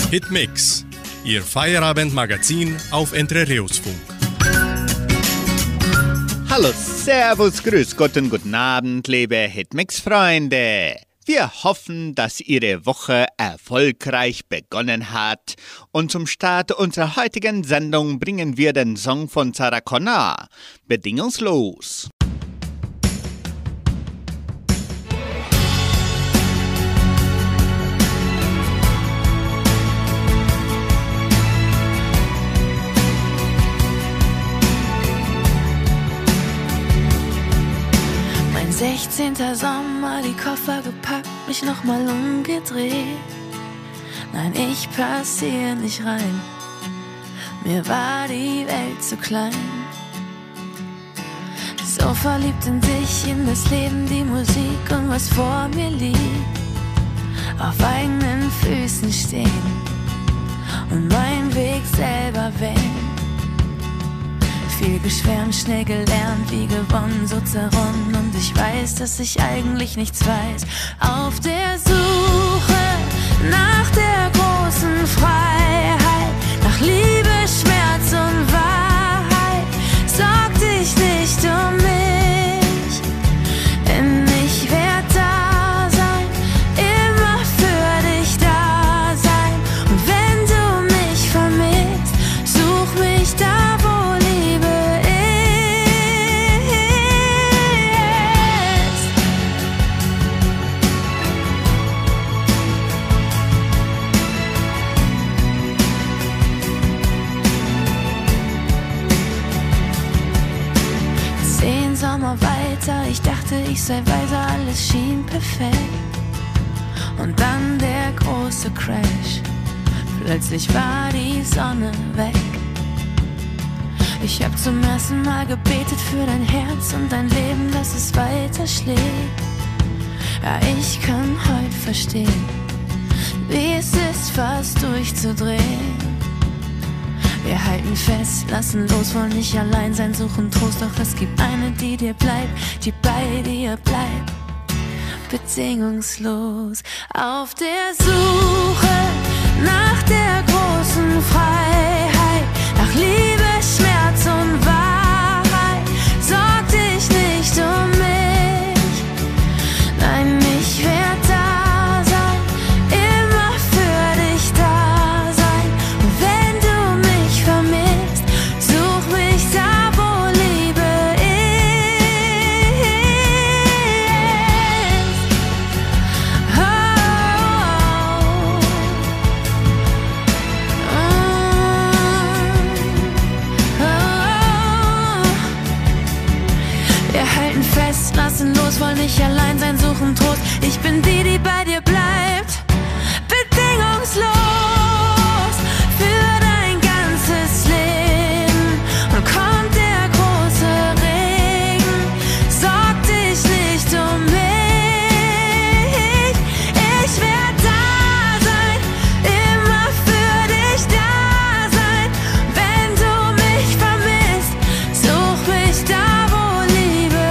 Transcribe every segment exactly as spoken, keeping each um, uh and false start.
Hitmix, Ihr Feierabendmagazin auf Entre Rios Funk. Hallo, Servus, Grüß Gott und guten Abend, liebe Hitmix-Freunde. Wir hoffen, dass Ihre Woche erfolgreich begonnen hat. Und zum Start unserer heutigen Sendung bringen wir den Song von Sarah Connor, Bedingungslos. sechzehnter Sommer, die Koffer gepackt, mich nochmal umgedreht. Nein, ich pass hier nicht rein, mir war die Welt zu klein. So verliebt in dich, in das Leben, die Musik und was vor mir liegt. Auf eigenen Füßen stehen und meinen Weg selber wählen. Viel geschwärmt, schnell gelernt, wie gewonnen, so zerronnen. Und ich weiß, dass ich eigentlich nichts weiß. Auf der Suche nach der großen Freiheit, nach Liebe, Schmerz und Wahrheit, sorg dich nicht um mich, denn ich werd da sein, immer für dich da sein. Und wenn du mich vermisst, such mich da, wo weiter. Ich dachte, ich sei weiter, alles schien perfekt. Und dann der große Crash. Plötzlich war die Sonne weg. Ich hab zum ersten Mal gebetet für dein Herz und dein Leben, dass es weiter schlägt. Ja, ich kann heute verstehen, wie es ist, fast durchzudrehen. Wir halten fest, lassen los, wollen nicht allein sein, suchen Trost, doch es gibt eine, die dir bleibt, die bei dir bleibt, bedingungslos. Auf der Suche nach der großen Freiheit, nach Liebe, Schmerz und Wahrheit, sorg dich nicht um mich, nein, ich werd da sein, immer für dich da sein. Und wenn du mich vermisst, such mich da, wo Liebe ist. Oh, oh, oh. Wir halten fest, lassen los, wollen nicht allein sein, suchen Trost. Ich bin die, die bei dir bleibt, bedingungslos für dein ganzes Leben. Und kommt der große Regen, sorg dich nicht um mich. Ich werd da sein, immer für dich da sein. Wenn du mich vermisst, such mich da, wo Liebe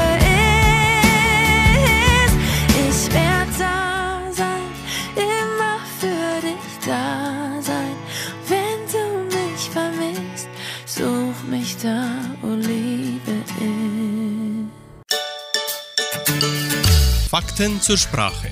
ist. Ich werd da sein, immer für dich da sein. Wenn du mich vermisst, such mich da, wo Liebe ist. Fakten zur Sprache.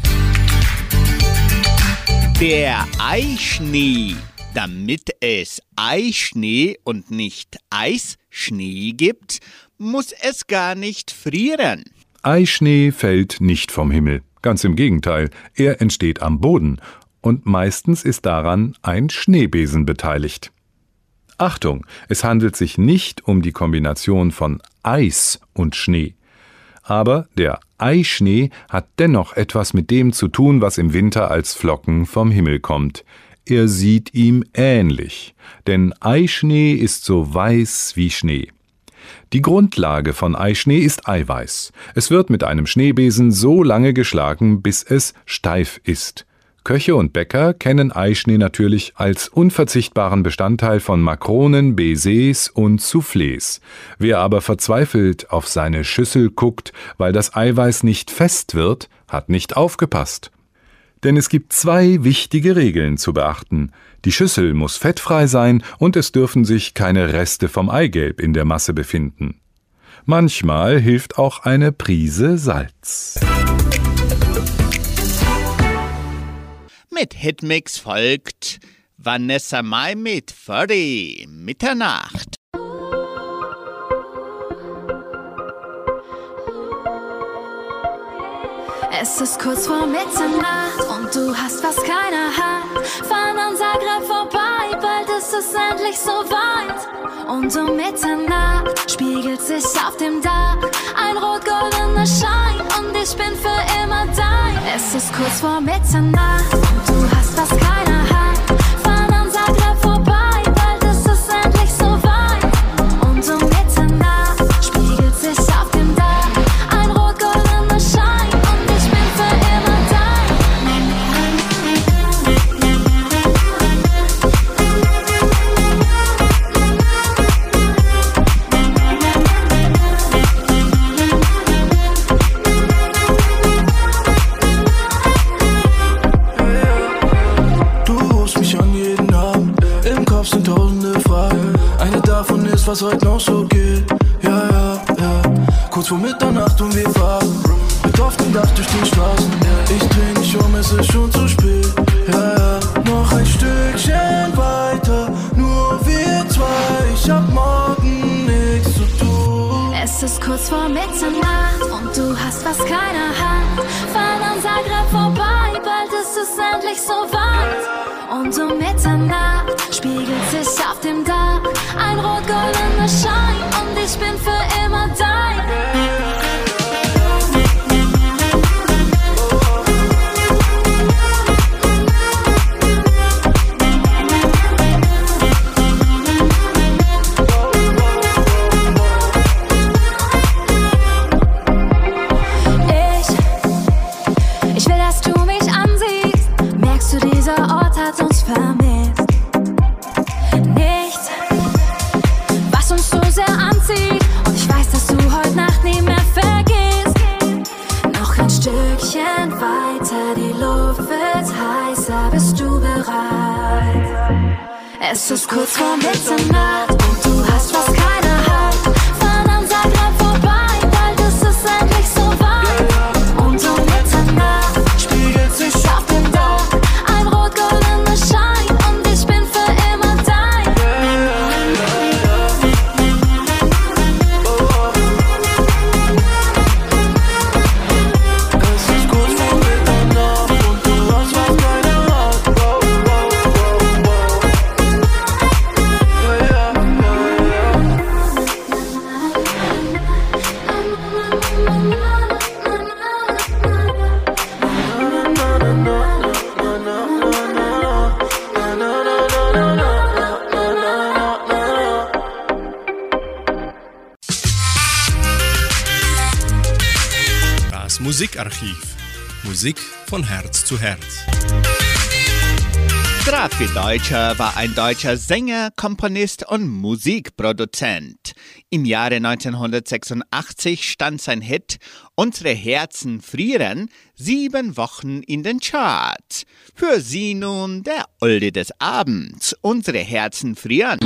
Der Eischnee. Damit es Eischnee und nicht Eisschnee gibt, muss es gar nicht frieren. Eischnee fällt nicht vom Himmel. Ganz im Gegenteil, er entsteht am Boden. Und meistens ist daran ein Schneebesen beteiligt. Achtung, es handelt sich nicht um die Kombination von Eis und Schnee. Aber der Eischnee hat dennoch etwas mit dem zu tun, was im Winter als Flocken vom Himmel kommt. Er sieht ihm ähnlich, denn Eischnee ist so weiß wie Schnee. Die Grundlage von Eischnee ist Eiweiß. Es wird mit einem Schneebesen so lange geschlagen, bis es steif ist. Köche und Bäcker kennen Eischnee natürlich als unverzichtbaren Bestandteil von Makronen, Baisers und Soufflés. Wer aber verzweifelt auf seine Schüssel guckt, weil das Eiweiß nicht fest wird, hat nicht aufgepasst. Denn es gibt zwei wichtige Regeln zu beachten. Die Schüssel muss fettfrei sein und es dürfen sich keine Reste vom Eigelb in der Masse befinden. Manchmal hilft auch eine Prise Salz. Mit Hitmix folgt Vanessa Mai mit Ferdi, Mitternacht. Es ist kurz vor Mitternacht und du hast, was keiner hat. Fahren an Zagreb vorbei, bald ist es endlich so weit. Und um Mitternacht spiegelt sich auf dem Dach ein rot-goldener Schein und ich bin für immer dein. Es ist kurz vor Mitternacht und du hast, was keiner hat. Fahren an Zagreb vorbei, bald ist es endlich so weit. Und um Mitternacht spiegelt sich auf dem Dach ein rot-goldener Schein. Was heute noch so geht, ja, ja, ja. Kurz vor Mitternacht und wir fahren mit offenem Dach durch die Straßen. Ich dreh mich um, es ist schon zu spät, ja, ja. Noch ein Stückchen weiter, nur wir zwei. Ich hab morgen nichts zu tun. Es ist kurz vor Mitternacht und du hast, was keiner hat. Fahren an Zagreb vorbei, bald ist es endlich so weit. Und um Mitternacht spiegelt sich auf dem Dach ein rot-goldener Schein und ich bin für immer dein. Ich, ich will, dass du mich ansiehst. Merkst du, dieser Ort hat uns vermisst. Nichts, was uns so sehr anzieht. Und ich weiß, dass du heute Nacht nie mehr vergisst. Noch ein Stückchen weiter, die Luft wird heißer. Bist du bereit? Es ist kurz vor Mitternacht und du hast, was keiner hat. Fahren an Zagreb vorbei, bald ist es endlich so weit. Und um Mitternacht spiegelt sich auf dem Dach ein rot-goldener Schein und ich bin für immer dein. Es ist kurz vor Mitternacht und du hast, was keiner hat. Ja, ja, Das Musikarchiv. Musik von Herz zu Herz. Drafi Deutscher war ein deutscher Sänger, Komponist und Musikproduzent. Im Jahre neunzehnhundertsechsundachtzig stand sein Hit »Unsere Herzen frieren« sieben Wochen in den Charts. Für Sie nun der Oldie des Abends, »Unsere Herzen frieren«.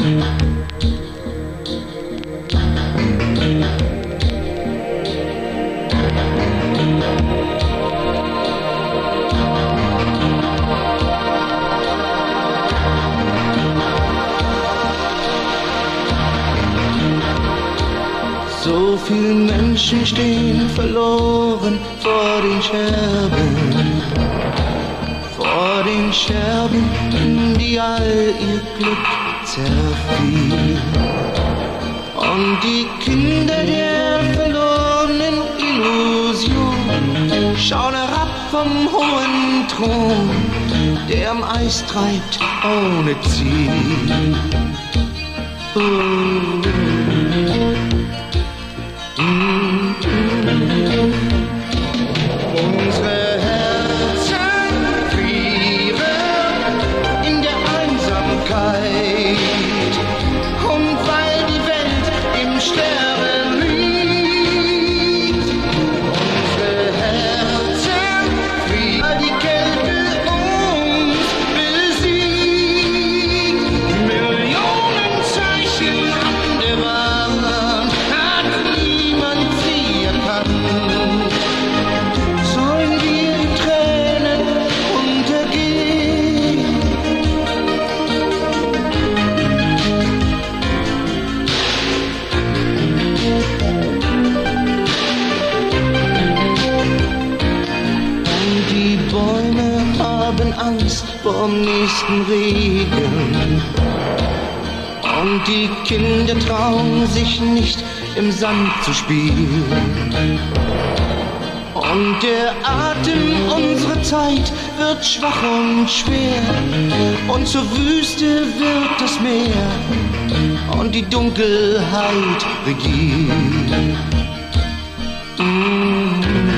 So viele Menschen stehen verloren vor den Scherben, vor den Scherben, in die all ihr Glück zerfiel. Und die Kinder der verlorenen Illusion schauen herab vom hohen Thron, der am Eis treibt ohne Ziel. Oh. Unsere Herzen frieren in der Einsamkeit, und weil die Welt im Sterben liegt. Unsere Herzen frieren, weil die Kälte haben Angst vorm nächsten Regen. Und die Kinder trauen sich nicht im Sand zu spielen. Und der Atem unserer Zeit wird schwach und schwer. Und zur Wüste wird das Meer und die Dunkelheit regiert. Mm.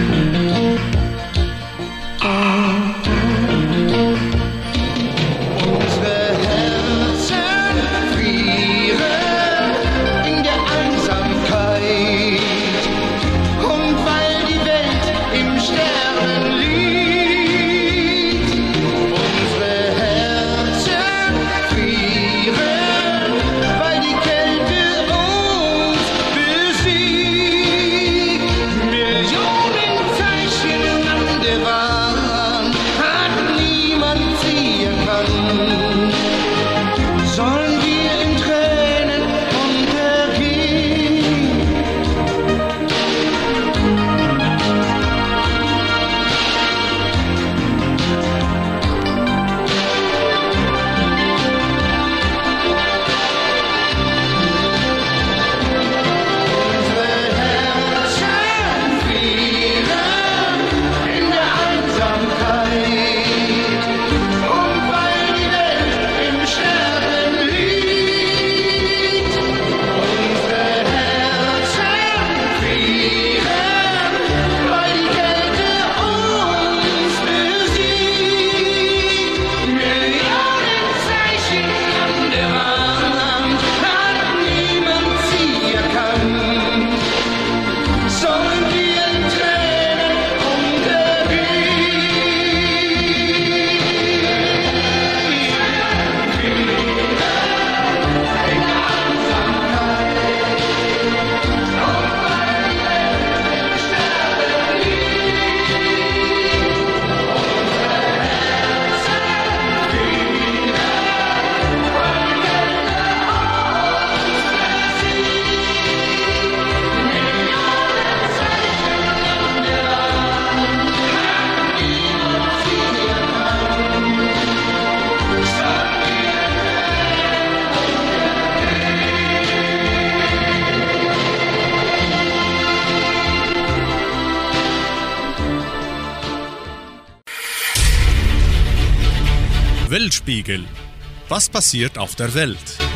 Weltspiegel. Was passiert auf der Welt?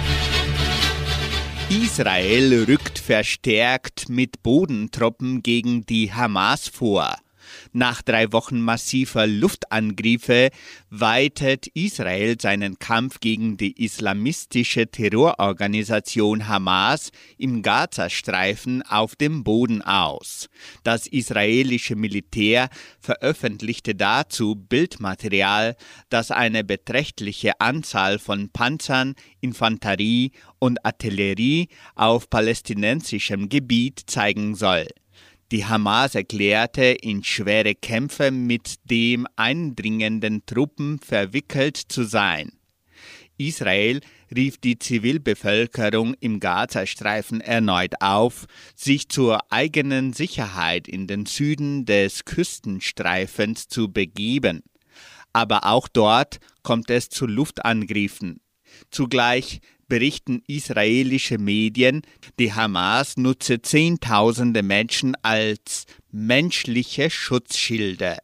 Israel rückt verstärkt mit Bodentruppen gegen die Hamas vor. Nach drei Wochen massiver Luftangriffe weitet Israel seinen Kampf gegen die islamistische Terrororganisation Hamas im Gazastreifen auf dem Boden aus. Das israelische Militär veröffentlichte dazu Bildmaterial, das eine beträchtliche Anzahl von Panzern, Infanterie und Artillerie auf palästinensischem Gebiet zeigen soll. Die Hamas erklärte, in schwere Kämpfe mit den eindringenden Truppen verwickelt zu sein. Israel rief die Zivilbevölkerung im Gazastreifen erneut auf, sich zur eigenen Sicherheit in den Süden des Küstenstreifens zu begeben. Aber auch dort kommt es zu Luftangriffen. Zugleich berichten israelische Medien, die Hamas nutze Zehntausende Menschen als menschliche Schutzschilde.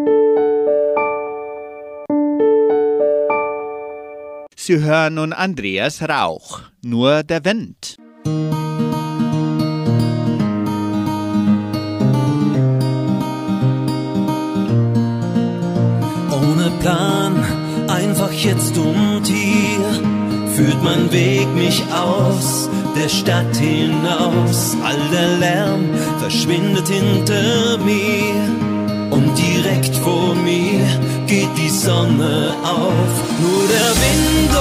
Sie hören nun Andreas Rauch, nur der Wind. Ohne Plan, einfach jetzt und hier, führt mein Weg mich aus der Stadt hinaus. All der Lärm verschwindet hinter mir und direkt vor mir geht die Sonne auf. Nur der Wind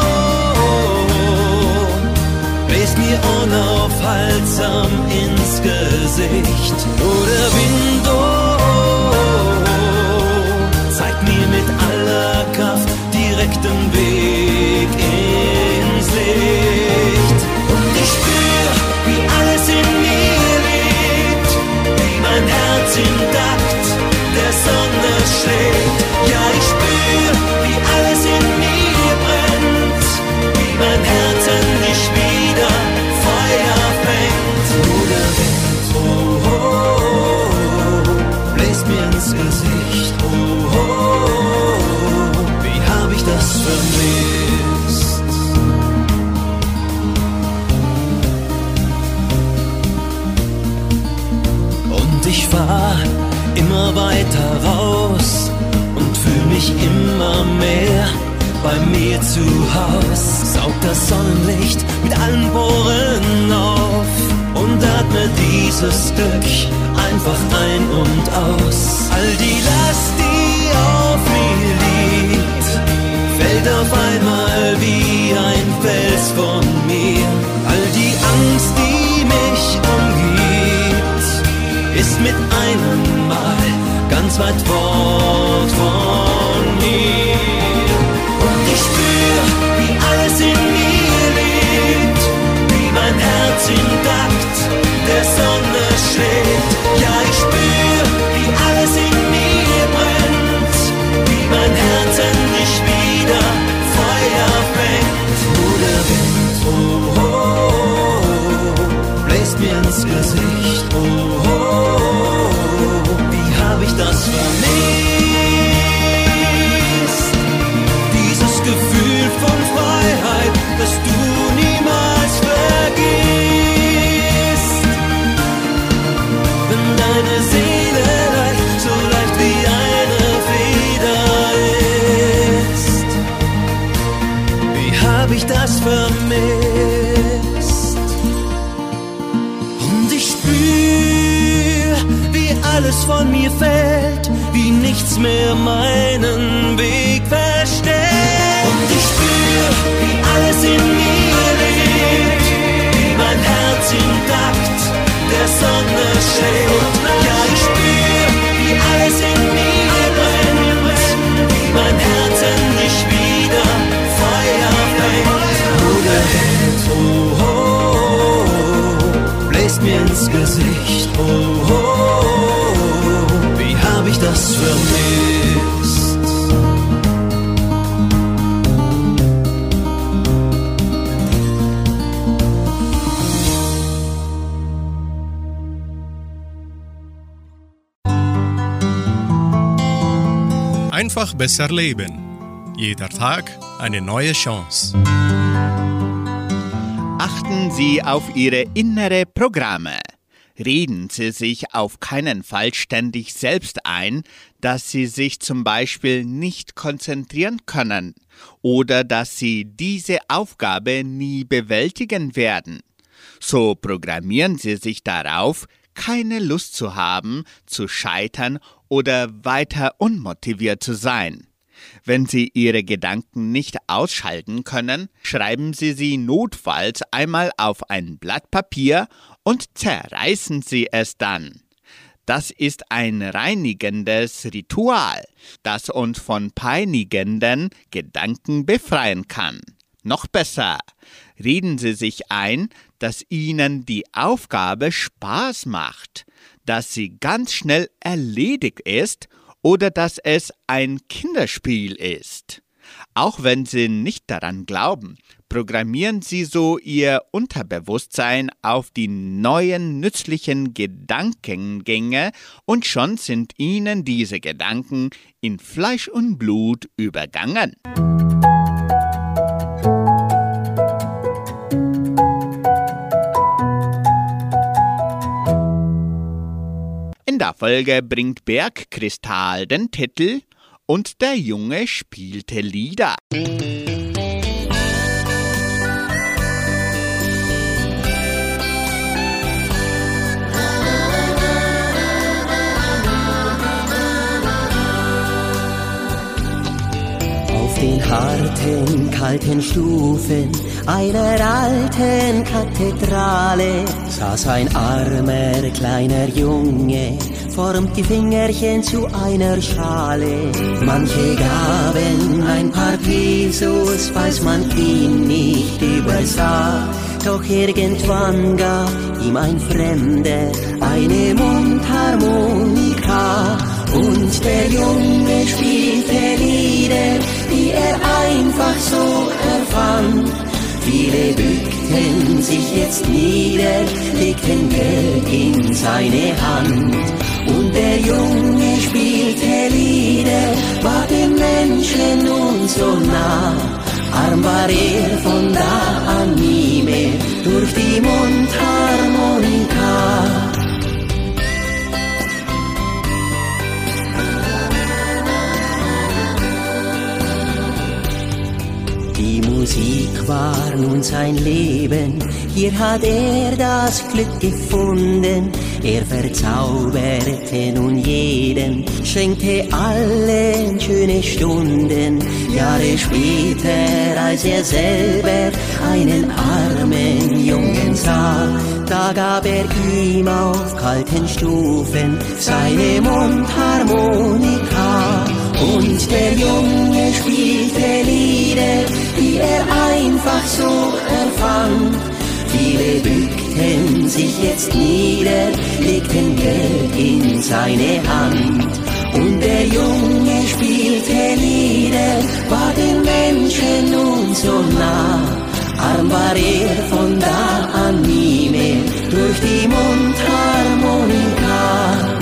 oh, bläst mir unaufhaltsam ins Gesicht. Nur der Wind oh, zeigt mir mit aller Kraft direkten Weg ins Licht. Und ich spür, wie alles in mir lebt, wie mein Herz im Takt der Sonne schlägt. Ja, ich spür vermisst. Und ich fahr immer weiter raus und fühl mich immer mehr bei mir zu Haus. Saug das Sonnenlicht mit allen Poren auf und atme dieses Glück einfach ein und aus. All die Last, die auf mir liegt, fällt auf einmal wie ein Fels von mir. All die Angst, die mich umgibt, ist mit einem Mal ganz weit fort von mir. Und ich spür, wie alles in mir lebt, wie mein Herz intakt der Sonne schlägt. Ja, ich spür, wie alles in mir brennt, wie mein Herz endlich wieder Feuer fängt. Nur der Wind, oh, oh, oh, bläst mir ins Gesicht, oh, oh, oh, wie hab ich das vermisst? Dieses Gefühl von Freiheit, das du niemals vergisst. Wenn deine Seele leicht, so leicht wie eine Feder ist. Wie hab ich das vermisst? Und ich spür, wie alles von mir fällt, wie nichts mehr meinen Weg verstellt. Und ich spür, wie alles in mir lebt, wie mein Herz intakt der Sonne schlägt. Ja, ich spür, wie alles in mir brennt, wie mein Herz endlich wieder Feuer fängt. Nur der Wind, oh, oh, oh, bläst mir ins Gesicht, oh, oh, oh, wie hab ich das vermisst? Einfach besser leben. Jeder Tag eine neue Chance. Achten Sie auf Ihre innere Programme. Reden Sie sich auf keinen Fall ständig selbst ein, dass Sie sich zum Beispiel nicht konzentrieren können oder dass Sie diese Aufgabe nie bewältigen werden. So programmieren Sie sich darauf, keine Lust zu haben, zu scheitern oder weiter unmotiviert zu sein. Wenn Sie Ihre Gedanken nicht ausschalten können, schreiben Sie sie notfalls einmal auf ein Blatt Papier und zerreißen Sie es dann. Das ist ein reinigendes Ritual, das uns von peinigenden Gedanken befreien kann. Noch besser, reden Sie sich ein, dass Ihnen die Aufgabe Spaß macht, dass sie ganz schnell erledigt ist oder dass es ein Kinderspiel ist. Auch wenn Sie nicht daran glauben, programmieren Sie so Ihr Unterbewusstsein auf die neuen nützlichen Gedankengänge und schon sind Ihnen diese Gedanken in Fleisch und Blut übergangen. In der Folge bringt Bergkristall den Titel Und der Junge spielte Lieder. Auf den harten, kalten Stufen einer alten Kathedrale saß ein armer, kleiner Junge, formt die Fingerchen zu einer Schale. Manche gaben ein paar Pesos, falls man ihn nicht übersah. Doch irgendwann gab ihm ein Fremder eine Mundharmonika. Und der Junge spielte Lieder, die er einfach so erfand. Viele bückten sich jetzt nieder, legten Geld in seine Hand. Und der Junge spielte Lieder, bat den Menschen und uns so nah. Arm war er von da an nie mehr durch die Mundharmonika. Die Musik war nun sein Leben, hier hat er das Glück gefunden. Er verzauberte nun jeden, schenkte allen schöne Stunden. Jahre später, als er selber einen armen Jungen sah, da gab er ihm auf kalten Stufen seine Mundharmonika. Und der Junge spielte Lieder, die er einfach so erfand. Viele bückten sich jetzt nieder, legten Geld in seine Hand. Und der Junge spielte Lieder, war den Menschen nun so nah. Arm war er von da an nie mehr durch die Mundharmonika.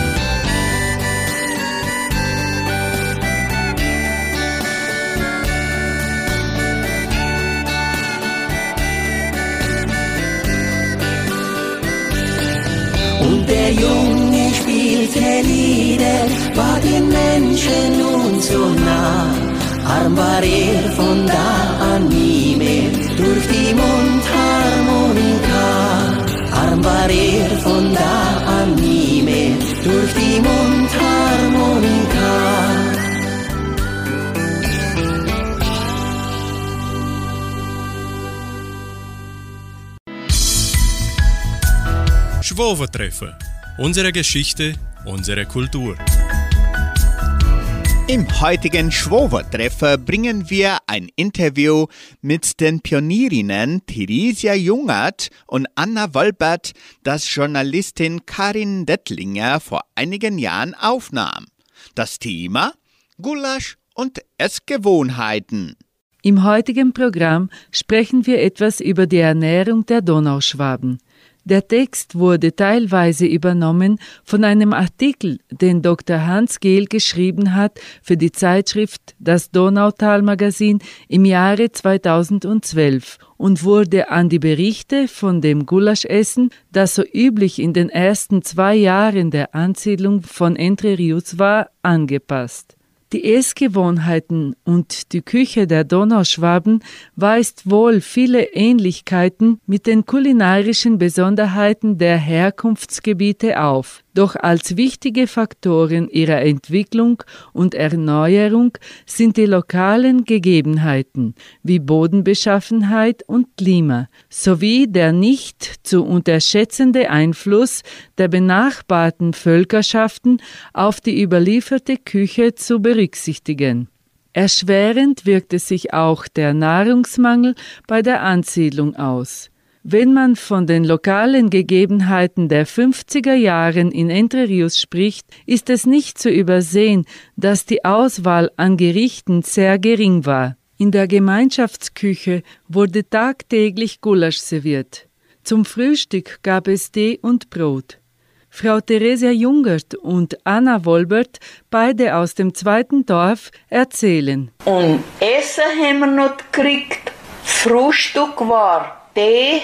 Und der Junge spielte Lieder, war den Menschen nun so nah. Arm war er von da an nie mehr durch die Mundharmonika. Arm war er von da an nie mehr durch die Mundharmonika. Schwovertreffer. Unsere Geschichte, unsere Kultur. Im heutigen Schwovertreffer bringen wir ein Interview mit den Pionierinnen Theresia Jungert und Anna Wolbert, das Journalistin Karin Dettlinger vor einigen Jahren aufnahm. Das Thema: Gulasch und Essgewohnheiten. Im heutigen Programm sprechen wir etwas über die Ernährung der Donauschwaben. Der Text wurde teilweise übernommen von einem Artikel, den Doktor Hans Gehl geschrieben hat für die Zeitschrift Das Donautal-Magazin im Jahre zweitausendzwölf und wurde an die Berichte von dem Gulaschessen, das so üblich in den ersten zwei Jahren der Ansiedlung von Entre Rios war, angepasst. Die Essgewohnheiten und die Küche der Donauschwaben weist wohl viele Ähnlichkeiten mit den kulinarischen Besonderheiten der Herkunftsgebiete auf. Doch als wichtige Faktoren ihrer Entwicklung und Erneuerung sind die lokalen Gegebenheiten wie Bodenbeschaffenheit und Klima sowie der nicht zu unterschätzende Einfluss der benachbarten Völkerschaften auf die überlieferte Küche zu berücksichtigen. Erschwerend wirkte sich auch der Nahrungsmangel bei der Ansiedlung aus. Wenn man von den lokalen Gegebenheiten der fünfziger Jahren in Entre Rios spricht, ist es nicht zu übersehen, dass die Auswahl an Gerichten sehr gering war. In der Gemeinschaftsküche wurde tagtäglich Gulasch serviert. Zum Frühstück gab es Tee und Brot. Frau Theresia Jungert und Anna Wolbert, beide aus dem zweiten Dorf, erzählen. Und Essen haben wir noch gekriegt. Frühstück war Tee,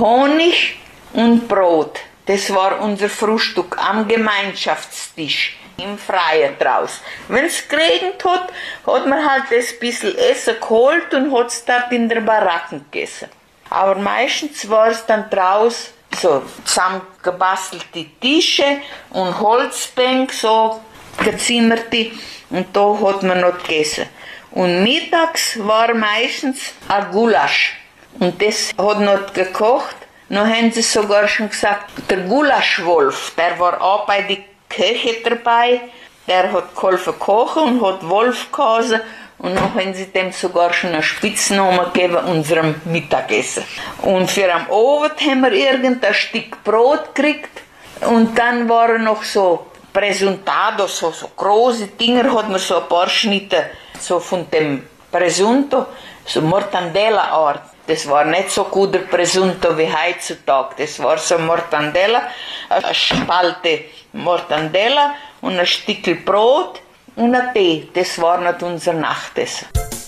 Honig und Brot. Das war unser Frühstück am Gemeinschaftstisch im Freien draus. Wenn es geregnet hat, hat man halt ein bisschen Essen geholt und hat es dort in der Baracken gegessen. Aber meistens war es dann draus so zusammengebastelte Tische und Holzbänke, so gezimmerte, und da hat man noch gegessen. Und mittags war meistens ein Gulasch. Und das hat noch gekocht. Noch haben sie sogar schon gesagt, der Gulaschwolf, der war auch bei den Köchen dabei. Der hat geholfen kochen und hat Wolf geheißen. Und noch haben sie dem sogar schon einen Spitznamen gegeben, unserem Mittagessen. Und für am Abend haben wir irgendein Stück Brot gekriegt. Und dann waren noch so Presentados, so, so große Dinger, hat man so ein paar Schnitte so von dem Presunto, so Mortandella-Art. Das war nicht so guter Presunto wie heutzutage. Das war so Mortandella, eine Spalte Mortandella und ein Stückchen Brot und ein Tee. Das war nicht unser Nachtessen.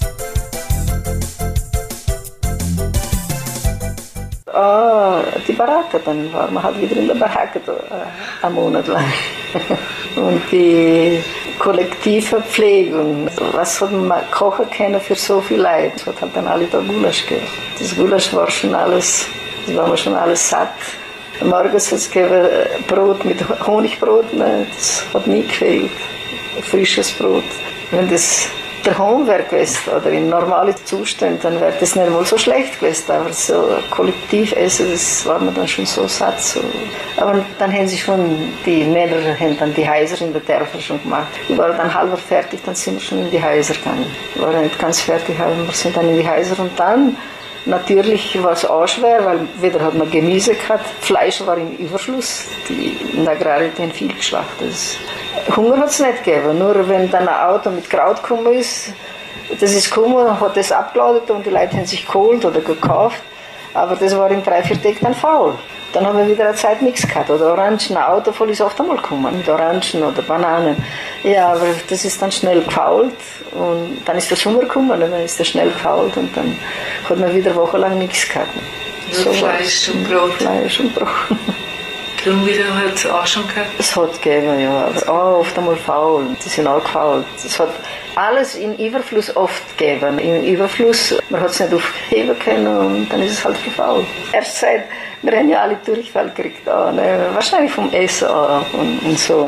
Ah, die Baracke, dann war man halt wieder in der Baracke äh, einen Monat lang. Und die kollektive Pflegung, was hat man kochen können für so viel Leute? Es hat halt dann alle da Gulasch gegeben. Das Gulasch war schon alles, das war schon alles satt. Morgens hat es gegeben Brot mit Honigbrot, ne? Das hat nie gefehlt. Frisches Brot. Wenn das der Home wäre gewesen oder in normalen Zuständen, dann wäre das nicht mal so schlecht gewesen. Aber so kollektiv essen, das war man dann schon so satt. So. Aber dann haben sie schon, die Männer haben dann die Häuser in der Dörfer schon gemacht. Wir waren dann halb fertig, dann sind wir schon in die Häuser gegangen. Wir waren nicht ganz fertig, wir sind dann in die Häuser und dann natürlich war es auch schwer, weil weder hat man Gemüse gehabt, Fleisch war im Überfluss, die in der Agrarie haben viel geschlachtet. Hunger hat es nicht gegeben, nur wenn dann ein Auto mit Kraut gekommen ist, das ist gekommen, hat das abgeladen und die Leute haben sich geholt oder gekauft, aber das war in drei, vier Tagen dann faul. Dann haben wir wieder eine Zeit nichts gehabt. Oder Orangen, ein Auto voll ist oft einmal gekommen, mit Orangen oder Bananen. Ja, aber das ist dann schnell gefault und dann ist der Sommer gekommen und dann ist der schnell gefault und dann hat man wieder wochenlang nichts gehabt. So Fleisch und Brot. Fleisch und Brot. Krummbieder hat es auch schon gehabt? Es hat gegeben, ja. Aber auch oft einmal faul. Die sind auch gefault. Es hat alles in Überfluss oft gegeben. Im Überfluss, man hat es nicht aufheben können und dann ist es halt gefault. Erst seit, wir haben ja alle Durchfall gekriegt, auch, ne? Wahrscheinlich vom Essen auch und, und so.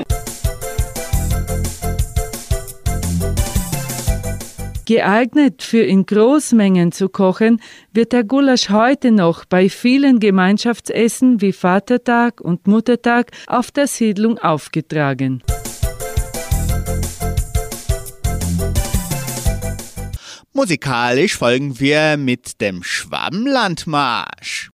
Geeignet für in Großmengen zu kochen, wird der Gulasch heute noch bei vielen Gemeinschaftsessen wie Vatertag und Muttertag auf der Siedlung aufgetragen. Musikalisch folgen wir mit dem Schwabenlandmarsch.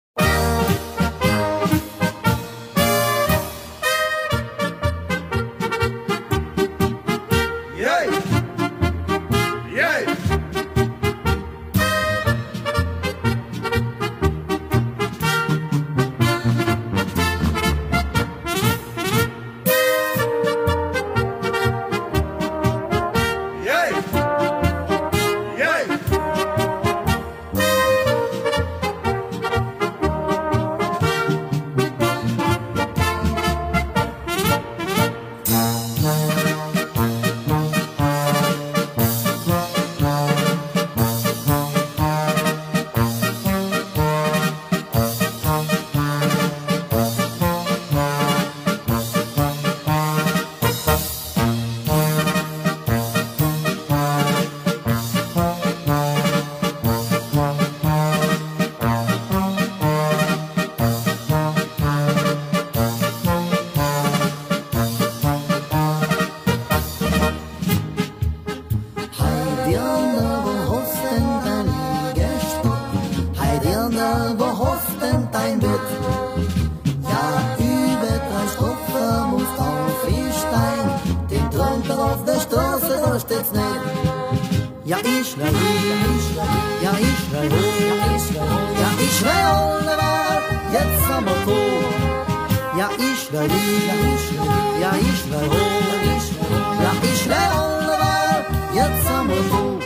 Ja, Israel, ja, Israel, ja, Israel, jetzt haben wir tot. Ja, Israel, ja, Israel, ja, Israel, jetzt haben wir tot.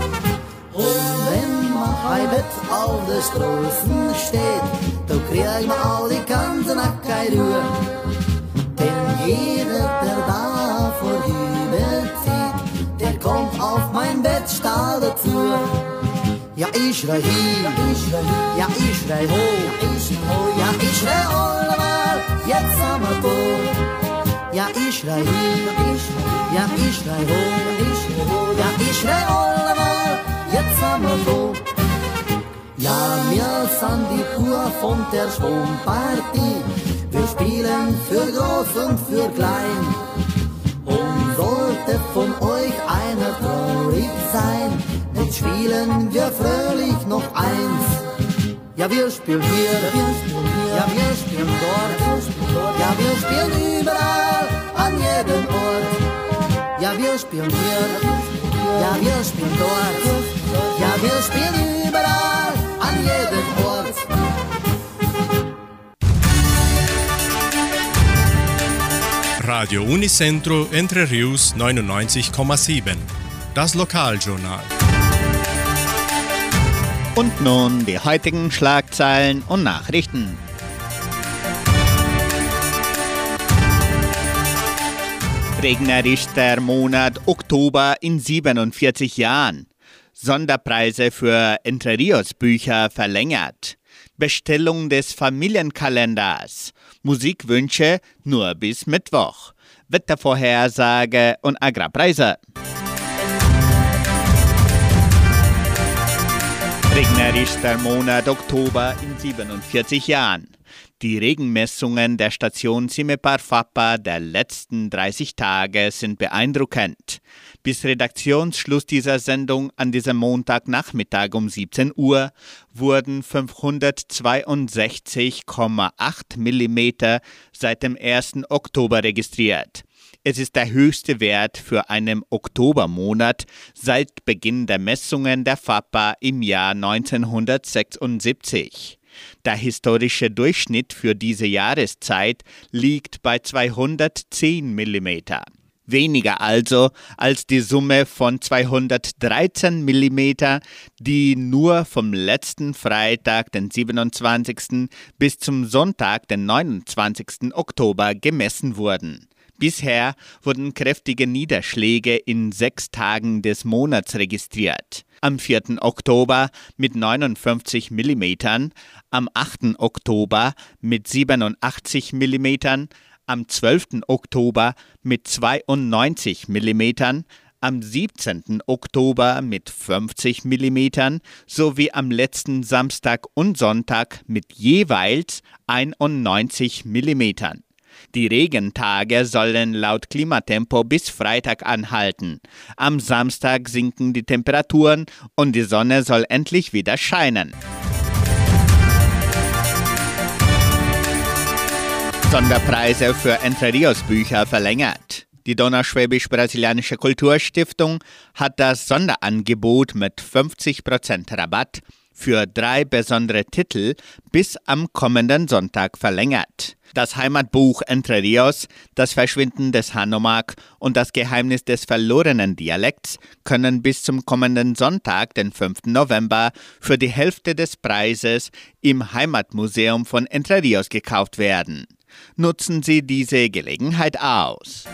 Und wenn man ein Bett auf der Straße steht, da kriegt man all die ganze Nacht keine Ruhe. Denn jeder, der da vorüberzieht, der kommt auf mein Bettstall dazu. Ja, Israel, ja, Israel, ja, Israel, jetzt haben wir tot. Ja, Israel, ja, Israel, ja, Israel, jetzt haben wir tot. Ja, wir sind die Kur von der Schwungpartie. Wir spielen für groß und für klein. Und sollte von euch einer traurig sein, dann spielen wir fröhlich noch eins. Ja, wir spielen hier, ja, wir spielen dort, ja, wir spielen überall, an jedem Ort. Ja, wir spielen hier, ja, wir spielen dort, ja, wir spielen überall, an jedem Ort. Radio Radio Unicentro Entre Rius neunundneunzig Komma sieben. Das Lokaljournal. Und nun die heutigen Schlagzeilen und Nachrichten. Regnerischster Monat Oktober in siebenundvierzig Jahren. Sonderpreise für Entre Rios Bücher verlängert. Bestellung des Familienkalenders. Musikwünsche nur bis Mittwoch. Wettervorhersage und Agrarpreise. Regnerischster Monat Oktober in siebenundvierzig Jahren. Die Regenmessungen der Station Simepar-Fapa der letzten dreißig Tage sind beeindruckend. Bis Redaktionsschluss dieser Sendung an diesem Montagnachmittag um siebzehn Uhr wurden fünfhundertzweiundsechzig Komma acht Millimeter seit dem ersten Oktober registriert. Es ist der höchste Wert für einen Oktobermonat seit Beginn der Messungen der Fapa im Jahr neunzehnhundertsechsundsiebzig. Der historische Durchschnitt für diese Jahreszeit liegt bei zweihundertzehn Millimeter. Weniger also als die Summe von zweihundertdreizehn Millimeter, die nur vom letzten Freitag, den siebenundzwanzigsten bis zum Sonntag, den neunundzwanzigsten Oktober gemessen wurden. Bisher wurden kräftige Niederschläge in sechs Tagen des Monats registriert. Am vierten Oktober mit neunundfünfzig Millimetern, am achten Oktober mit siebenundachtzig Millimetern, am zwölften Oktober mit zweiundneunzig Millimetern, am siebzehnten Oktober mit fünfzig Millimetern sowie am letzten Samstag und Sonntag mit jeweils einundneunzig Millimetern. Die Regentage sollen laut Klimatempo bis Freitag anhalten. Am Samstag sinken die Temperaturen und die Sonne soll endlich wieder scheinen. Sonderpreise für Entre Rios Bücher verlängert. Die Donauschwäbisch-Brasilianische Kulturstiftung hat das Sonderangebot mit fünfzig Prozent Rabatt für drei besondere Titel bis am kommenden Sonntag verlängert. Das Heimatbuch Entre Rios, das Verschwinden des Hanomag und das Geheimnis des verlorenen Dialekts können bis zum kommenden Sonntag, den fünften November, für die Hälfte des Preises im Heimatmuseum von Entre Rios gekauft werden. Nutzen Sie diese Gelegenheit aus.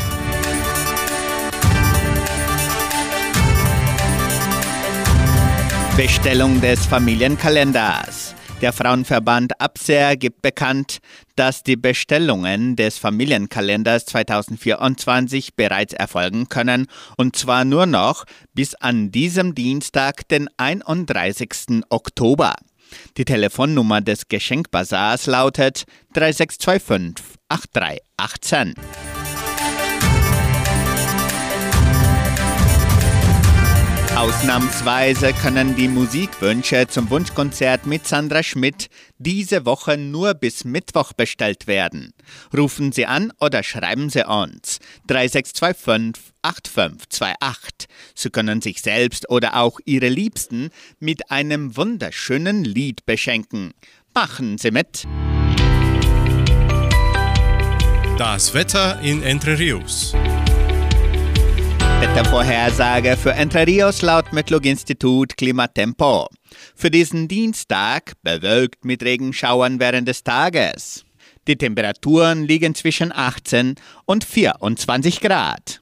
Bestellung des Familienkalenders. Der Frauenverband Abser gibt bekannt, dass die Bestellungen des Familienkalenders zweitausendvierundzwanzig bereits erfolgen können, und zwar nur noch bis an diesem Dienstag, den einunddreißigsten Oktober. Die Telefonnummer des Geschenkbazars lautet drei sechs zwei fünf acht drei acht null. Ausnahmsweise können die Musikwünsche zum Wunschkonzert mit Sandra Schmidt diese Woche nur bis Mittwoch bestellt werden. Rufen Sie an oder schreiben Sie uns drei sechs zwei fünf acht fünf zwei acht. Sie können sich selbst oder auch Ihre Liebsten mit einem wunderschönen Lied beschenken. Machen Sie mit! Das Wetter in Entre Rios. Wettervorhersage für Entre Rios laut Metlog-Institut Klimatempo. Für diesen Dienstag bewölkt mit Regenschauern während des Tages. Die Temperaturen liegen zwischen achtzehn und vierundzwanzig Grad.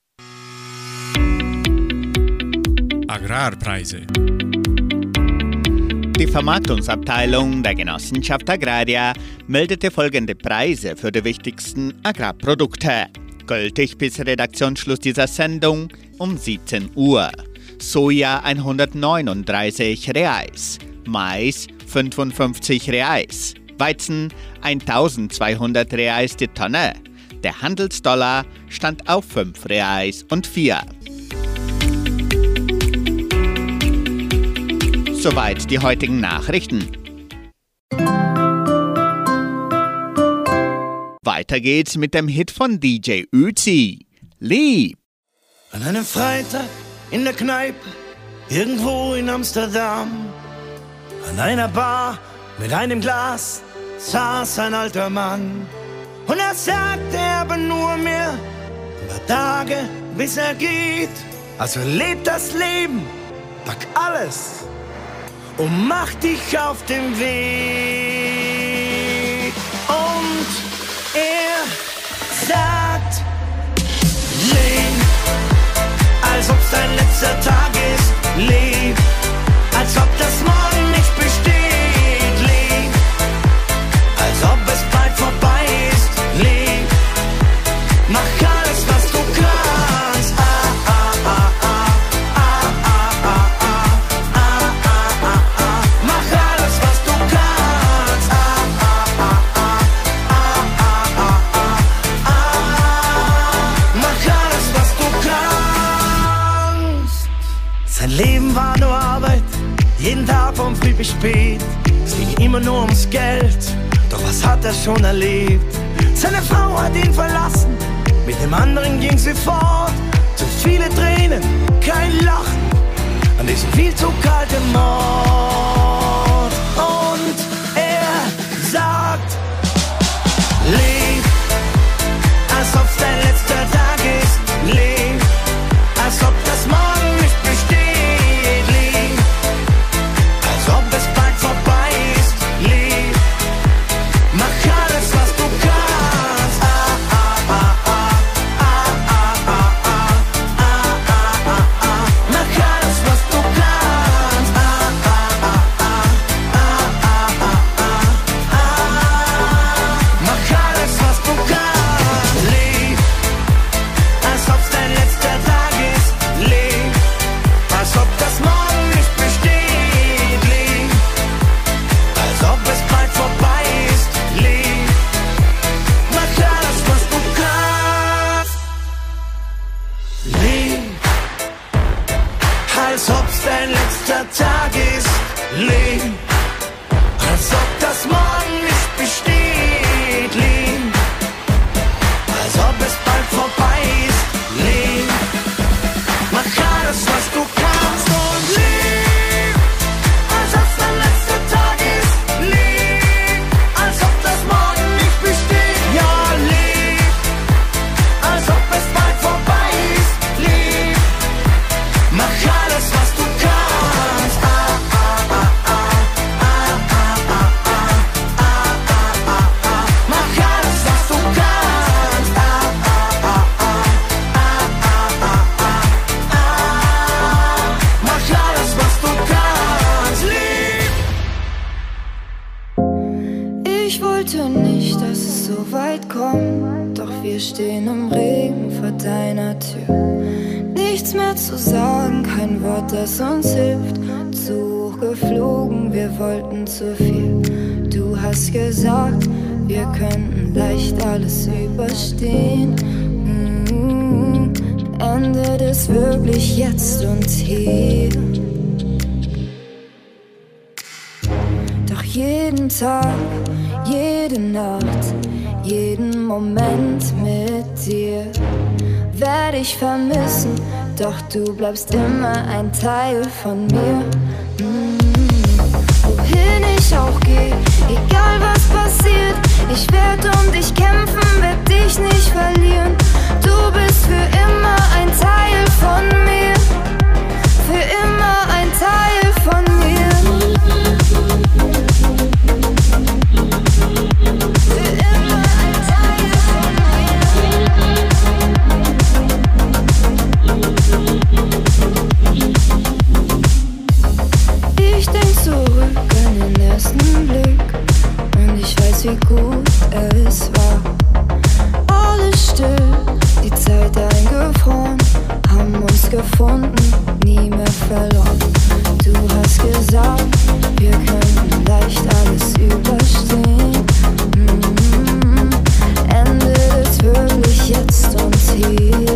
Agrarpreise. Die Vermarktungsabteilung der Genossenschaft Agraria meldete folgende Preise für die wichtigsten Agrarprodukte. Gültig bis Redaktionsschluss dieser Sendung um siebzehn Uhr. Soja hundertneununddreißig Reais, Mais fünfundfünfzig Reais, Weizen eintausendzweihundert Reais die Tonne. Der Handelsdollar stand auf fünf Reais und vier. Soweit die heutigen Nachrichten. Weiter geht's mit dem Hit von D J Ötzi. Lieb. An einem Freitag in der Kneipe, irgendwo in Amsterdam, an einer Bar mit einem Glas saß ein alter Mann Und er sagt, er aber nur mehr ein paar Tage, bis er geht. Also leb das Leben, pack alles und mach dich auf den Weg. Und er sagt, leb, als ob's dein letzter Tag ist. Leb, als ob das Morgen nicht besteht. Leb, als ob es bald vorbei ist. Leb, mach alles, was du kannst. Ah, ah, ah, ah, ah, ah, ah, ah, ah, ah, ah, ah. Mach alles, was du kannst. Ah, ah, ah, ah, ah, ah, ah, ah, ah. Mach alles, was du kannst. Sein Leben war nur Arbeit, jeden Tag von früh bis spät. Es ging immer nur ums Geld, doch was hat er schon erlebt? Seine Frau hat ihn verlassen, mit dem anderen ging sie fort. Zu viele Tränen, kein Lachen, an diesem viel zu kalten Mord. Und er sagt, leb, als ob's dein letzter Tag ist. Leb, als ob das Morgen nicht besteht. Leb, als ob es bald vorbei ist. Leb, mach alles, was du kannst. Ah, ah, ah, ah, ah, ah, ah, ah, ah, ah, ah, ah. Mach alles, was du kannst. Ah, ah, ah, ah, ah, ah, ah, ah, ah. Mach alles, was du kannst. Leb, als ob's dein letzter Tag ist. Leb, als ob das Morgen nicht besteht. Leb, als ob es bald vorbei ist. Leb, mach alles, was du kannst. Leb, als ob's dein letzter Tag ist. Leb, als ob das Morgen nicht besteht. Leb, als ob es bald vorbei ist. Leb, mach alles, was du kannst. Und leb, als ob's dein letzter Tag ist. Leb, als ob das Morgen nicht besteht. Ja, leb, als ob es bald vorbei ist. Leb, mach alles, was du kannst. Ah, ah, ah, ah, ah, ah, ah, ah, ah, ah, ah, ah. Mach alles, was du kannst. Ah, ah, ah, ah, ah, ah, ah, ah, ah. Mach alles, was du kannst. Leb. Ich wollte nicht, dass es so weit kommt, doch wir stehen im Regen vor deiner Tür. Nichts mehr zu sagen, kein Wort, das uns hilft. Zu hoch geflogen, wir wollten zu viel. Du hast gesagt, wir könnten leicht alles überstehen. Mm, endet es wirklich jetzt und hier? Doch jeden Tag, jede Nacht, jeden Moment mit dir werde ich vermissen, doch du bleibst immer ein Teil von mir. Mm. Wohin ich auch gehe, egal was passiert, ich werde um dich kämpfen, werde dich nicht verlieren. Du bist für immer ein Teil von mir, für immer ein Teil von mir. Ich denk zurück an den ersten Blick und ich weiß, wie gut es war. Alles still, die Zeit eingefroren, haben uns gefunden, nie mehr verloren. Du hast gesagt, wir könnten leicht alles überstehen. Mm-hmm. Endet es wirklich jetzt und hier?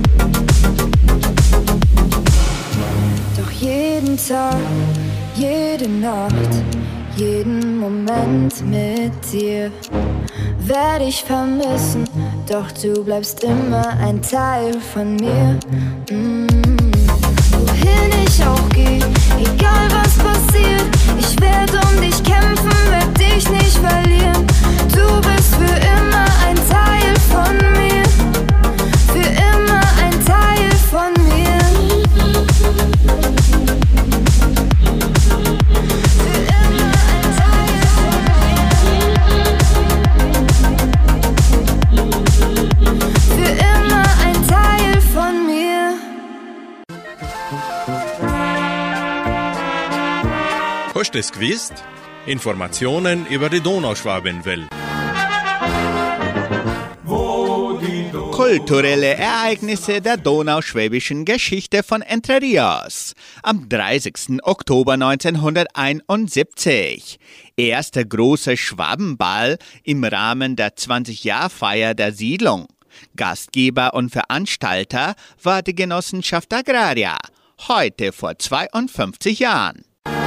Doch jeden Tag, jede Nacht, jeden Moment mit dir werde ich vermissen, doch du bleibst immer ein Teil von mir. Mm. Wohin ich auch gehe, egal was passiert, ich werde um dich kämpfen, werde dich nicht verlieren. Du bist für immer ein Teil Hast du es gewusst? Informationen über die Donauschwabenwelle. Kulturelle Ereignisse der donauschwäbischen Geschichte von Entre Rios. Am dreißigsten Oktober neunzehnhunderteinundsiebzig. Erster großer Schwabenball im Rahmen der zwanzig-Jahr-Feier der Siedlung. Gastgeber und Veranstalter war die Genossenschaft Agraria. Heute vor zweiundfünfzig Jahren.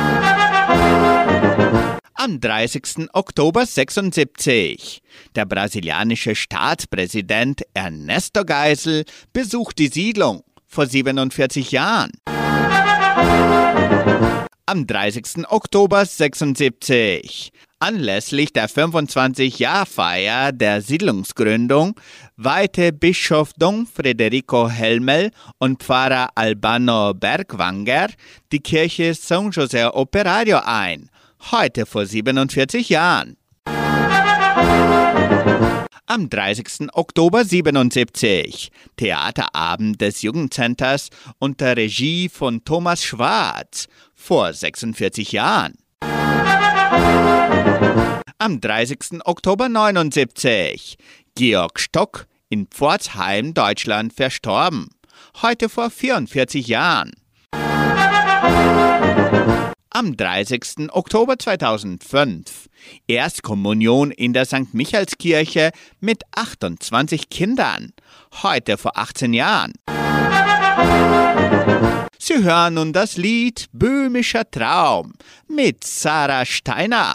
Am dreißigsten Oktober sechsundsiebzig. Der brasilianische Staatspräsident Ernesto Geisel besucht die Siedlung vor siebenundvierzig Jahren. Am dreißigsten Oktober sechsundsiebzig. Anlässlich der fünfundzwanzig-Jahr-Feier der Siedlungsgründung weihte Bischof Dom Frederico Helmel und Pfarrer Albano Bergwanger die Kirche San José Operario ein. Heute vor siebenundvierzig Jahren. Am dreißigsten Oktober siebenundsiebzig. Theaterabend des Jugendcenters unter Regie von Thomas Schwarz. Vor sechsundvierzig Jahren. Am dreißigsten Oktober neunundsiebzig. Georg Stock in Pforzheim, Deutschland, verstorben. Heute vor vierundvierzig Jahren. Am dreißigsten Oktober zweitausendfünf. Erstkommunion in der Sankt Michaelskirche mit achtundzwanzig Kindern. Heute vor achtzehn Jahren. Sie hören nun das Lied Böhmischer Traum mit Sarah Steiner.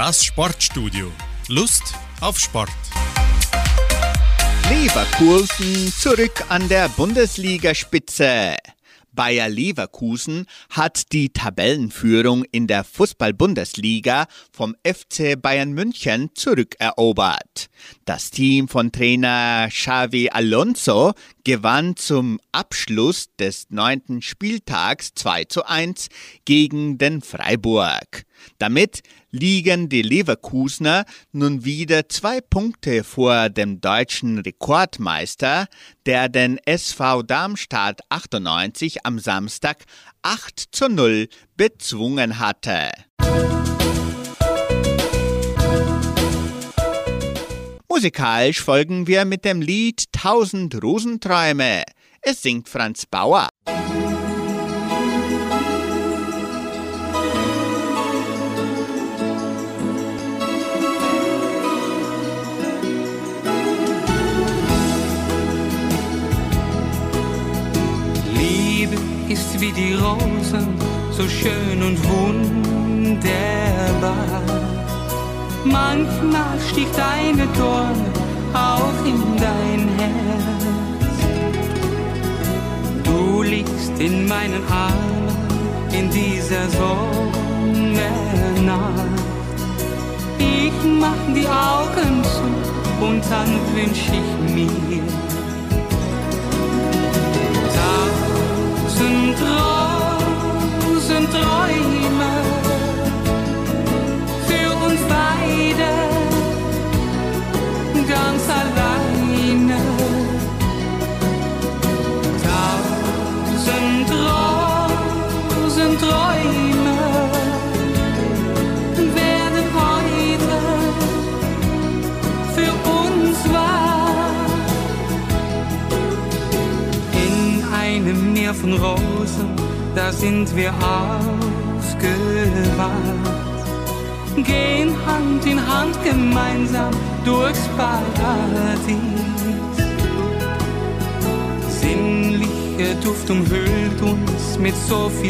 Das Sportstudio. Lust auf Sport. Leverkusen zurück an der Bundesligaspitze. Bayer Leverkusen hat die Tabellenführung in der Fußball-Bundesliga vom F C Bayern München zurückerobert. Das Team von Trainer Xavi Alonso gewann zum Abschluss des neunten Spieltags zwei zu eins gegen den Freiburg. Damit liegen die Leverkusener nun wieder zwei Punkte vor dem deutschen Rekordmeister, der den S V Darmstadt achtundneunzig am Samstag acht zu null bezwungen hatte. Musikalisch folgen wir mit dem Lied Tausend Rosenträume. Es singt Franz Bauer. Liebe ist wie die Rosen, so schön und wunderbar. Manchmal sticht eine Dorne auch in dein Herz. Du liegst in meinen Armen in dieser Sommernacht. Ich mach die Augen zu und dann wünsch ich mir tausend Rosenträume für uns beide, ganz alleine. Tausend Rosenträume werden heute für uns wahr. In einem Meer von Rosen, da sind wir aufgewacht, gehen Hand in Hand gemeinsam durchs Paradies. Sinnlicher Duft umhüllt uns mit so viel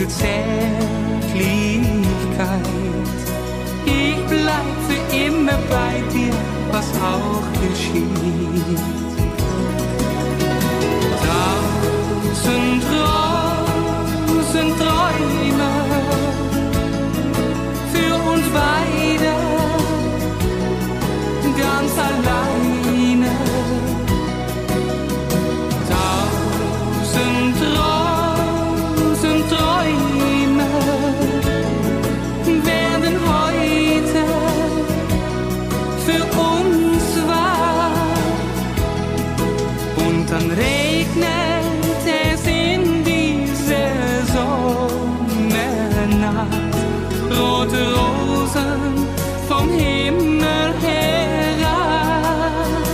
Zärtlichkeit. Ich bleib für immer bei dir, was auch geschieht. Tausend Rosenträume für uns beide, ganz alleine. Tausend Rosenträume werden heute für uns wahr. Und dann regnet es in dieser Sommernacht, rote Rosen vom Himmel herab.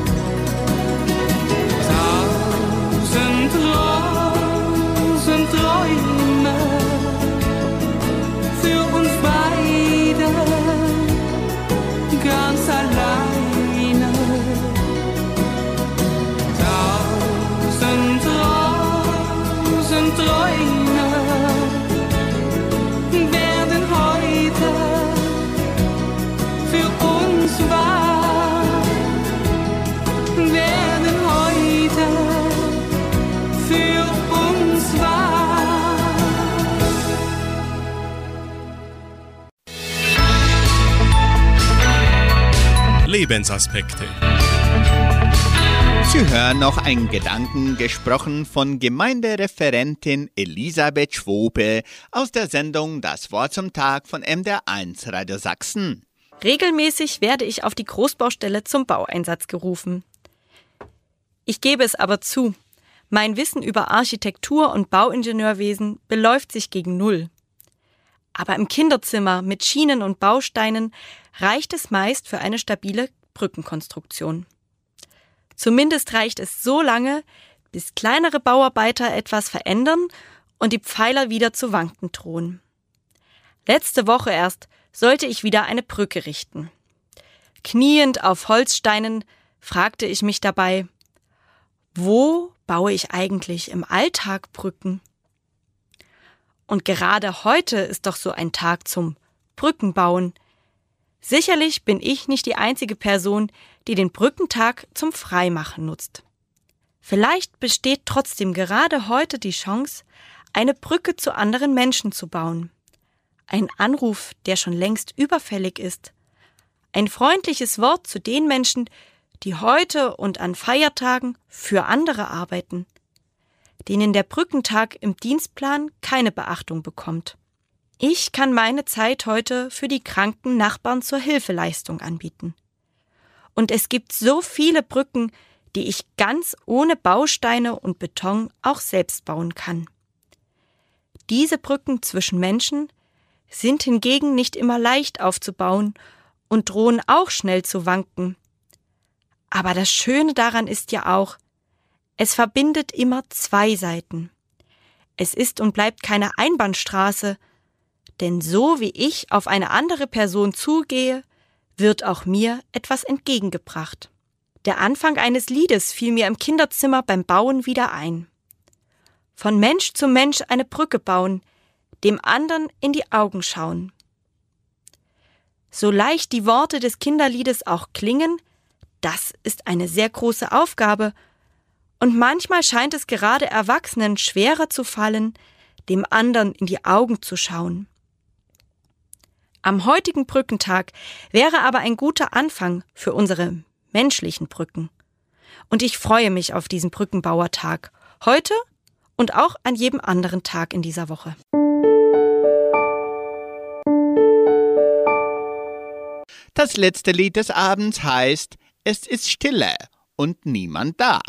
Tausend Rosenträume für uns beide, ganz alleine. Tausend Rosenträume werden heute für uns wahr, werden heute für uns wahr. Lebensaspekte. Sie hören noch einen Gedanken gesprochen von Gemeindereferentin Elisabeth Schwope aus der Sendung Das Wort zum Tag von M D R eins Radio Sachsen. Regelmäßig werde ich auf die Großbaustelle zum Baueinsatz gerufen. Ich gebe es aber zu, mein Wissen über Architektur und Bauingenieurwesen beläuft sich gegen null. Aber im Kinderzimmer mit Schienen und Bausteinen reicht es meist für eine stabile Brückenkonstruktion. Zumindest reicht es so lange, bis kleinere Bauarbeiter etwas verändern und die Pfeiler wieder zu wanken drohen. Letzte Woche erst sollte ich wieder eine Brücke richten. Kniend auf Holzsteinen fragte ich mich dabei, wo baue ich eigentlich im Alltag Brücken? Und gerade heute ist doch so ein Tag zum Brückenbauen. Sicherlich bin ich nicht die einzige Person, die den Brückentag zum Freimachen nutzt. Vielleicht besteht trotzdem gerade heute die Chance, eine Brücke zu anderen Menschen zu bauen. Ein Anruf, der schon längst überfällig ist. Ein freundliches Wort zu den Menschen, die heute und an Feiertagen für andere arbeiten, denen der Brückentag im Dienstplan keine Beachtung bekommt. Ich kann meine Zeit heute für die kranken Nachbarn zur Hilfeleistung anbieten. Und es gibt so viele Brücken, die ich ganz ohne Bausteine und Beton auch selbst bauen kann. Diese Brücken zwischen Menschen sind hingegen nicht immer leicht aufzubauen und drohen auch schnell zu wanken. Aber das Schöne daran ist ja auch, es verbindet immer zwei Seiten. Es ist und bleibt keine Einbahnstraße, denn so wie ich auf eine andere Person zugehe, wird auch mir etwas entgegengebracht. Der Anfang eines Liedes fiel mir im Kinderzimmer beim Bauen wieder ein. Von Mensch zu Mensch eine Brücke bauen, dem anderen in die Augen schauen. So leicht die Worte des Kinderliedes auch klingen, das ist eine sehr große Aufgabe, und manchmal scheint es gerade Erwachsenen schwerer zu fallen, dem anderen in die Augen zu schauen. Am heutigen Brückentag wäre aber ein guter Anfang für unsere menschlichen Brücken. Und ich freue mich auf diesen Brückenbauertag, heute und auch an jedem anderen Tag in dieser Woche. Das letzte Lied des Abends heißt »Es ist Stille und niemand da«.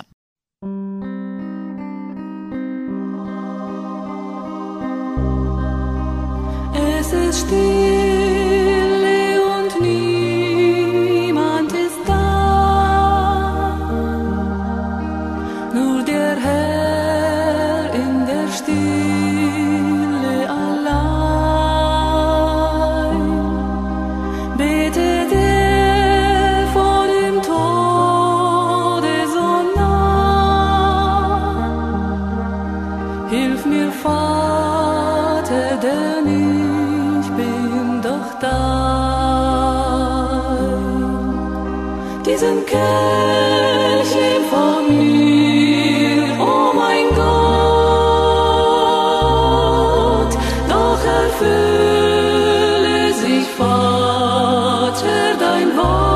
Es ist stille und niemand ist da, nur der Herr in der Stille allein. Betet er vor dem Tode so nah, hilf mir, Vater, denn ich bin doch dein. Diesen Kelch nimm von mir, oh mein Gott, doch erfülle sich, Vater, dein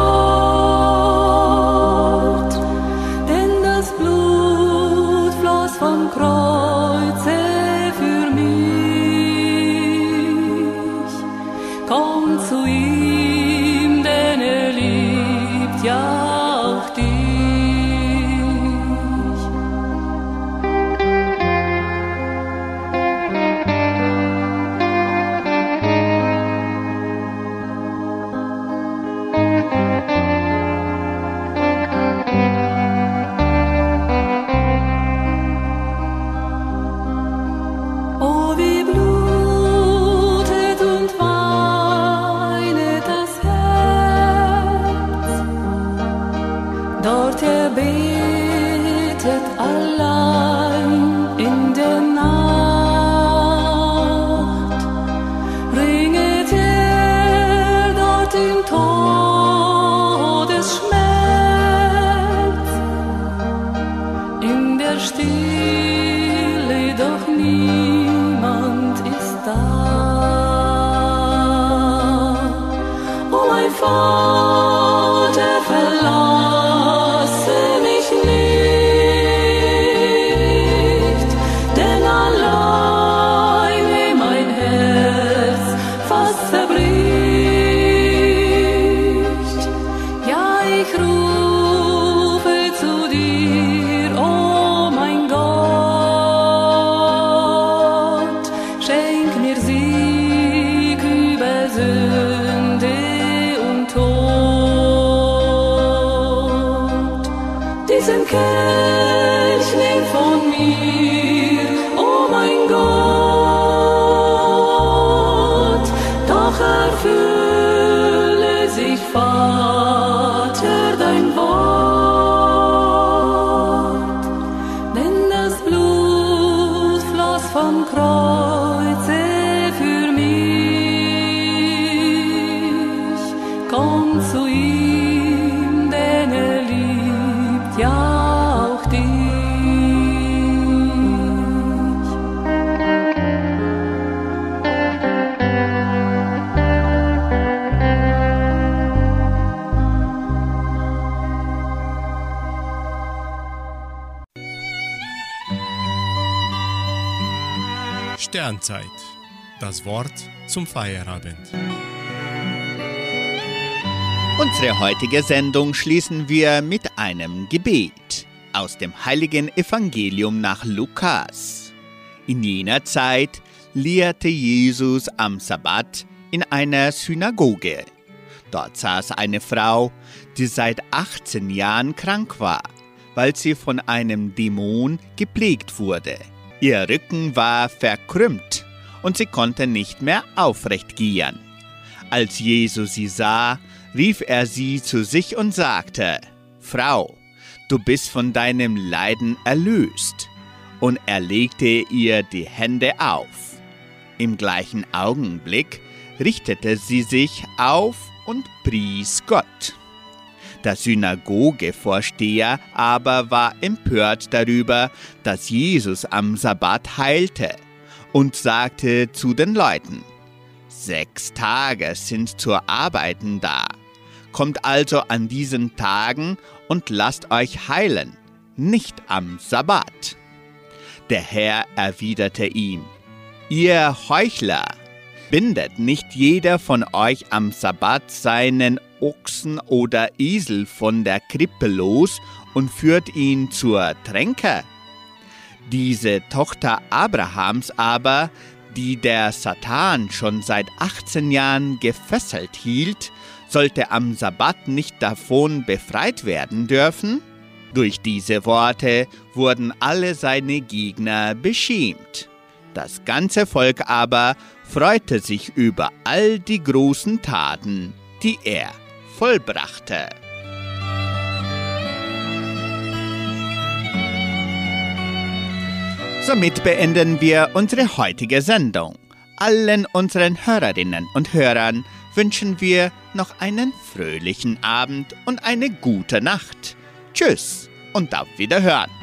Wort, denn das Blut floss vom Kreuze für mich. Komm zu ihm, denn er liebt ja auch dich. Oh, wie blutet und weinet das Herz. Dort er betet allein in der Nacht. Ringet er dort im Todesschmerz. In der Stille doch niemand ist da. Oh, mein Vater, verlasse mich nicht, denn alleine mein Herz fast zerbricht. Ja, ich rufe zu dir, oh mein Gott, schenk mir Sieg über Sünde und Tod. Diesen Kelch nimm von mir, oh mein Gott, doch erfülle sich, Vater, dein Wort, denn das Blut floss vom Kreuze für mich. Sternzeit. Das Wort zum Feierabend. Unsere heutige Sendung schließen wir mit einem Gebet aus dem heiligen Evangelium nach Lukas. In jener Zeit lehrte Jesus am Sabbat in einer Synagoge. Dort saß eine Frau, die seit achtzehn Jahren krank war, weil sie von einem Dämon geplagt wurde. Ihr Rücken war verkrümmt und sie konnte nicht mehr aufrecht gehen. Als Jesus sie sah, rief er sie zu sich und sagte: Frau, du bist von deinem Leiden erlöst. Und er legte ihr die Hände auf. Im gleichen Augenblick richtete sie sich auf und pries Gott. Der Synagogevorsteher aber war empört darüber, dass Jesus am Sabbat heilte, und sagte zu den Leuten: Sechs Tage sind zur Arbeiten da. Kommt also an diesen Tagen und lasst euch heilen, nicht am Sabbat. Der Herr erwiderte ihm: Ihr Heuchler, bindet nicht jeder von euch am Sabbat seinen Ochsen oder Esel von der Krippe los und führt ihn zur Tränke? Diese Tochter Abrahams aber, die der Satan schon seit achtzehn Jahren gefesselt hielt, sollte am Sabbat nicht davon befreit werden dürfen? Durch diese Worte wurden alle seine Gegner beschämt. Das ganze Volk aber freute sich über all die großen Taten, die er vollbrachte. Somit beenden wir unsere heutige Sendung. Allen unseren Hörerinnen und Hörern wünschen wir noch einen fröhlichen Abend und eine gute Nacht. Tschüss und auf Wiederhören.